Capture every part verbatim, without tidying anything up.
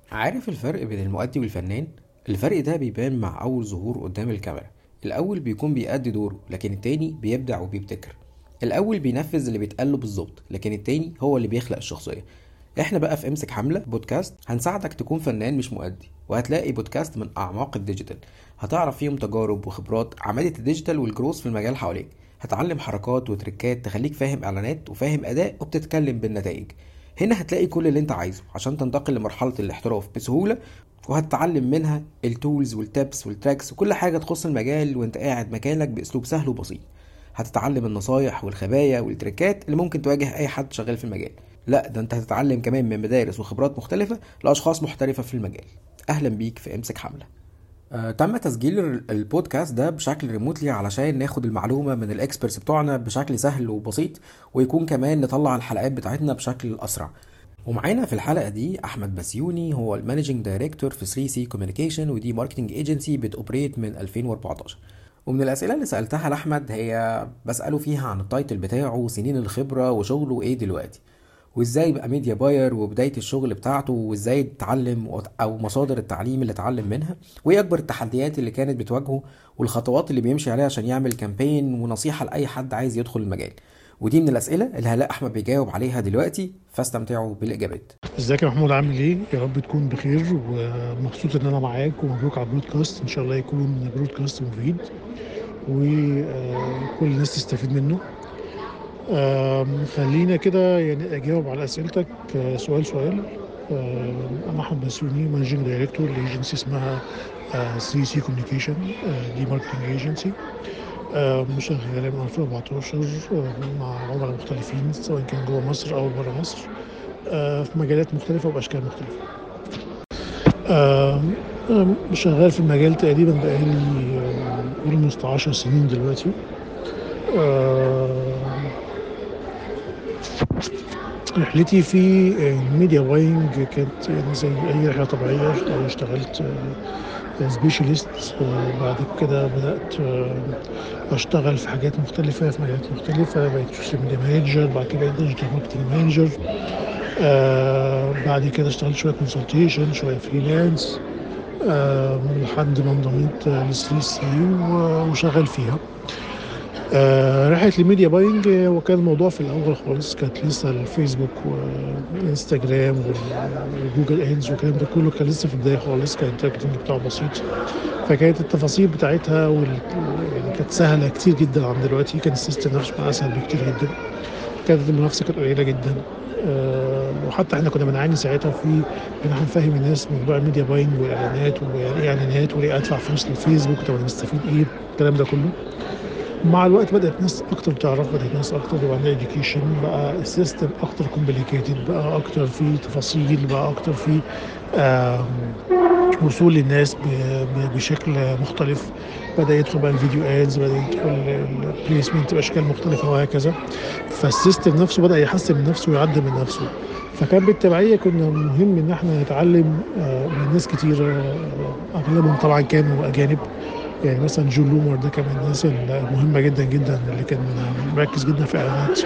عارف الفرق بين المؤدي والفنان؟ الفرق ده بيبان مع أول ظهور قدام الكاميرا. الأول بيكون بيأدي دوره، لكن التاني بيبدع وبيبتكر. الأول بينفذ اللي بيتقاله بالظبط، لكن التاني هو اللي بيخلق الشخصية. احنا بقى في امسك حملة بودكاست هنساعدك تكون فنان مش مؤدي، وهتلاقي بودكاست من أعماق الديجيتال. هتعرف فيهم تجارب وخبرات عملية الديجيتال والجروس في المجال حواليك. هتعلم حركات وتريكات تخليك فاهم إعلانات وفاهم أداء وبتتكلم بالنتائج. هنا هتلاقي كل اللي انت عايزه عشان تنتقل لمرحلة الاحتراف بسهولة. وهتتعلم منها التولز والتابس والتراكس وكل حاجة تخص المجال وانت قاعد مكانك بأسلوب سهل وبسيط. هتتعلم النصايح والخبايا والتريكات اللي ممكن تواجه أي حد شغال في المجال. لا، ده انت هتتعلم كمان من مدارس وخبرات مختلفة لأشخاص محترفة في المجال. أهلا بيك في امسك حملة. آه، تم تسجيل ال- البودكاست ده بشكل ريموتلي علشان ناخد المعلومة من الاكسبرتس بتوعنا بشكل سهل وبسيط، ويكون كمان نطلع الحلقات بتاعتنا بشكل أسرع. ومعانا في الحلقة دي أحمد بسيوني، هو المانجنج دايركتور في ثري سي كوميونيكيشن، ودي ماركتنج ايجنسي بتوبريت من ألفين وأربعتاشر. ومن الأسئلة اللي سألتها لأحمد هي بسأله فيها عن التايتل بتاعه، سنين الخبرة، وشغله ايه دلوقتي، وازاي بقى ميديا باير، وبداية الشغل بتاعته، وازاي اتعلم او مصادر التعليم اللي اتعلم منها، وايه اكبر التحديات اللي كانت بتواجهه، والخطوات اللي بيمشي عليها عشان يعمل كامبين، ونصيحة لأي حد عايز يدخل المجال. ودي من الأسئلة اللي هلاقي أحمد بيجاوب عليها دلوقتي، فاستمتعوا بالإجابات. ازيك يا محمود؟ عامل ايه؟ يا رب تكون بخير ومبسوط ان انا معاك، ومبروك على البرودكاست. ان شاء الله يكون برودكاست مفيد وكل الناس تستفيد منه. آم، خلينا كده يعني اجاوب على اسئلتك آه، سؤال سؤال. آم، انا احمد بسيوني، مانجنج دايركتور لايجنسي اسمها ثري سي كوميونيكيشن. دي ماركتنج ايجنسي شغاله من ألفين وأربعتاشر آه، مع عملاء مختلفين، سواء كان جوه مصر او بره مصر، آه، في مجالات مختلفه وباشكال مختلفه. آم، آم، شغال في المجال تقريبا بقالي اولموست عشر سنين دلوقتي. آم، رحلتي في الميديا باينج كانت يعني زي اي رحله طبيعيه. اشتغلت سبيشاليست، بعد كده بدات آه، اشتغل في حاجات مختلفه في مجالات مختلفه. بقيت سوشيال ميديا مانجر، بعد كده بقيت ديجيتال ماركتنج مانجر. بعد كده اشتغلت شويه كونسلتيشن، شويه فريلانس، آه، لحد ما انضميت للثري سي وشغال فيها. آه، رحلة الميديا باينج، آه، وكان الموضوع في الأول خالص كانت لسه الفيسبوك والإنستجرام والجوجل ادز والكلام ده كله كان لسه في البداية خالص. كان التارجتنج بتاعه بسيط، فكانت التفاصيل بتاعتها وال... يعني كانت سهلة كتير جدا عن دلوقتي. كان السيستم نفسه كان أسهل بكتير جدا، كانت المنافسة كانت قليلة جدا. أه وحتى احنا كنا بنعاني ساعتها في ان احنا نفهم الناس موضوع الميديا باينج والاعلانات، ويعني ايه اعلانات، وليه ادفع فلوس للفيسبوك، طب انا مستفيد ايه الكلام ده كله. مع الوقت بدات ناس اكتر تعرف، بدات ناس اكتر يبقى عندها اديوكيشن، بقى السيستم اكتر كومبليكيتد، بقى اكتر في تفاصيل، بقى اكتر في آم، وصول للناس ب- ب- بشكل مختلف. بدا يدخل بقى الفيديو ادز، بدا يدخل البليسمنت باشكال مختلفه وهكذا. فالسيستم نفسه بدا يحسن من نفسه ويعدل من نفسه. فكان بالتبعيه كنا مهم ان احنا نتعلم آه، من ناس كتير، آه، اغلبهم طبعا كانوا اجانب. يعني مثلا جون لومر ده كان من الناس المهمه جدا جدا، اللي كان مركز جدا في اعلانات.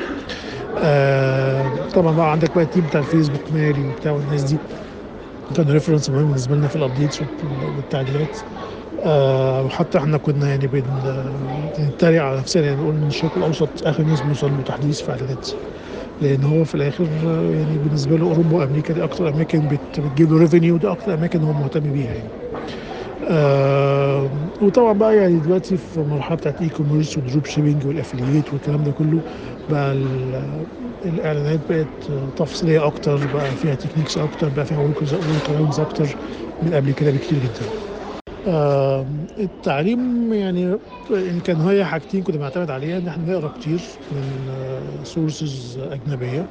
آه طبعا بقى عندك بقى التيم بتاع الفيسبوك، مالي وبتاع والناس دي، كان ريفرنس مهم بالنسبه لنا في الابديتس والتعديلات. آه وحتى احنا كنا يعني بن بنتريق على نفسنا، يعني نقول ان الشرق الاوسط اخر ناس بيوصل له تحديث في اعلانات، لان هو في الاخر آه، يعني بالنسبه له اوروبا وامريكا دي اكتر اماكن بت- بتجيب له ريفينيو، ده اكتر اماكن هو مهتم بيها يعني. آه وطبعا بقى يعني دلوقتي في مرحله بتاعت اي كوميرس والدروب شيبنج والافلييت والكلام ده كله، بقى ال- الاعلانات بقت تفصيليه اكتر، بقى فيها تكنيكس اكتر، بقى فيها ورك اراوندز اكتر من قبل كده بكتير جدا. آه التعليم يعني ان كان هي حاجتين كنا بنعتمد عليها، ان احنا نقرا كتير من سورسز اجنبيه.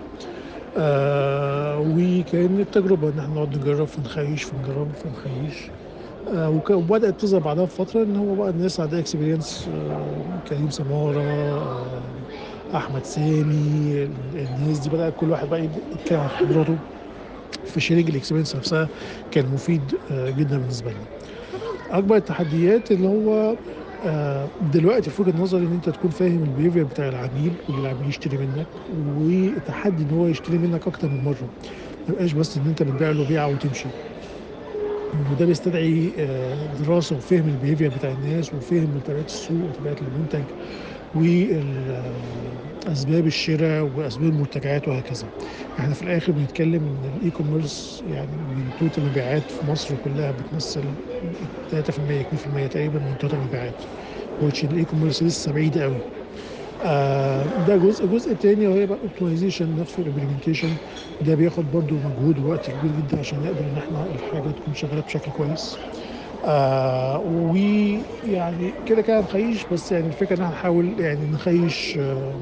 آه وكان التجربه ان احنا نقعد نجرب فنخيش فنجرب فنخيش. آه وك- وبدأت تظهر بعدها بفترة إن هو بقى الناس عندها اكسبيرينس، آه كريم سمارة، آه أحمد سامي، ال- الناس دي بدأت كل واحد بقى يبدأ يتكلم عن خبراته في شيرنج الاكسبيرينس نفسها. كان مفيد آه جدا بالنسبة لنا. أكبر التحديات اللي هو آه دلوقتي في وجهة نظري إن أنت تكون فاهم البيهيفير بتاع العميل واللي العميل يشتري منك، وتحدي إن هو يشتري منك أكتر من مرة. ما يبقاش بس إن أنت بتبيع له بيعة وتمشي. وده بيستدعي آه، دراسة وفهم البيهيفير بتاع الناس وفهم طبيعة السوق وطبيعة المنتج وأسباب الشراء وأسباب المرتجعات وهكذا. احنا في الآخر بنتكلم إن الإي كوميرس يعني من توتال المبيعات في مصر كلها بتمثل ثلاثة في المية اتنين في المية تقريبا من توتال المبيعات، which الإي كوميرس لسه بعيد قوي. آه ده جزء الجزء التاني وهي بقى اوبتمايزيشن نفسه الامبلمنتيشن. ده بياخد برضو مجهود ووقت كبير جدا عشان نقدر ان احنا الحاجه تكون شغاله بشكل كويس. آه ويعني كده كده هنخيش، بس يعني الفكره ان احنا نحاول يعني نخيش آه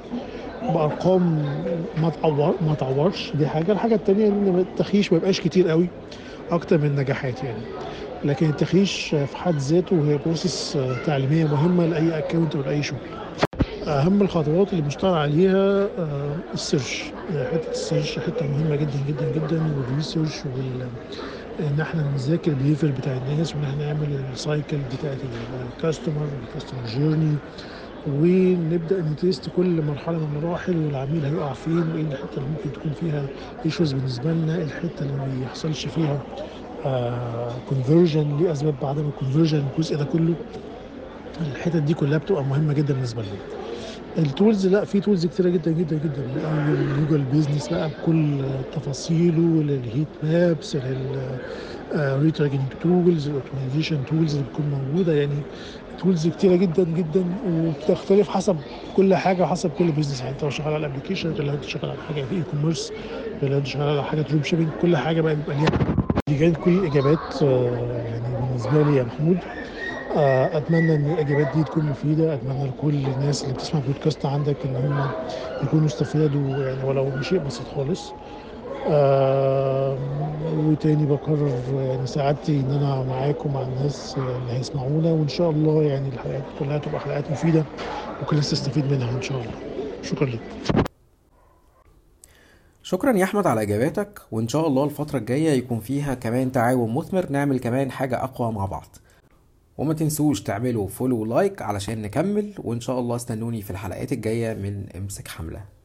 بارقام ما تعور ما تعورش. دي حاجه. الحاجه التانيه ان التخيش ما يبقاش كتير قوي اكتر من النجاحات يعني. لكن التخيش في حد ذاته هي بروسيس تعليميه مهمه لاي اكونت ولا اي شغل. اهم الخطوات اللي بنشتغل عليها آه، السيرش. آه، حته السيرش حته مهمه جدا جدا جدا، والريسيرش وال ان احنا نذاكر البيهيفير بتاع الناس، وان احنا نعمل السايكل بتاعت الكاستمر الكاستمر جيرني، ونبدا نتيست كل مرحله من المراحل والعميل هيقع فين، وايه الحته اللي ممكن تكون فيها ايشوز بالنسبه لنا، الحته اللي ما بيحصلش فيها كونفرجن، ليه اسباب عدم الكونفرجن، الجزء ده كله. الحتت دي كلها بتبقى مهمه جدا بالنسبه لنا. التولز، لا في تولز كتيره جدا جدا جدا، من اول جوجل بيزنس بقى بكل تفاصيله، للهيت مابس، للريتراجنج تولز، الاوتومايزيشن تولز اللي بتكون موجوده يعني. تولز كتيره جدا جدا، وبتختلف حسب كل حاجه وحسب كل بيزنس. يعني انت لو شغال على الابلكيشن غير لو انت شغال على حاجه في اي كوميرس غير لو انت شغال على حاجه دروب شيبنج. كل حاجه بقى بيبقى ليها. دي كانت كل الاجابات آه، يعني بالنسبه لي يا محمود. آه، اتمنى ان الاجابات دي تكون مفيده. اتمنى لكل الناس اللي بتسمع بودكاست عندك ان هم يكونوا استفادوا يعني ولو بشيء بسيط خالص. آه وتاني بكرر يعني سعادتي ان انا معاكم مع الناس اللي هيسمعونا، وان شاء الله يعني الحلقات كلها تبقى حلقات مفيده وكل الناس تستفيد منها ان شاء الله. شكرا لك. شكرا يا احمد على اجاباتك، وان شاء الله الفترة الجاية يكون فيها كمان تعاون مثمر، نعمل كمان حاجة اقوى مع بعض. وما تنسوش تعملوا فولو ولايك علشان نكمل، وان شاء الله استنوني في الحلقات الجاية من امسك حملة.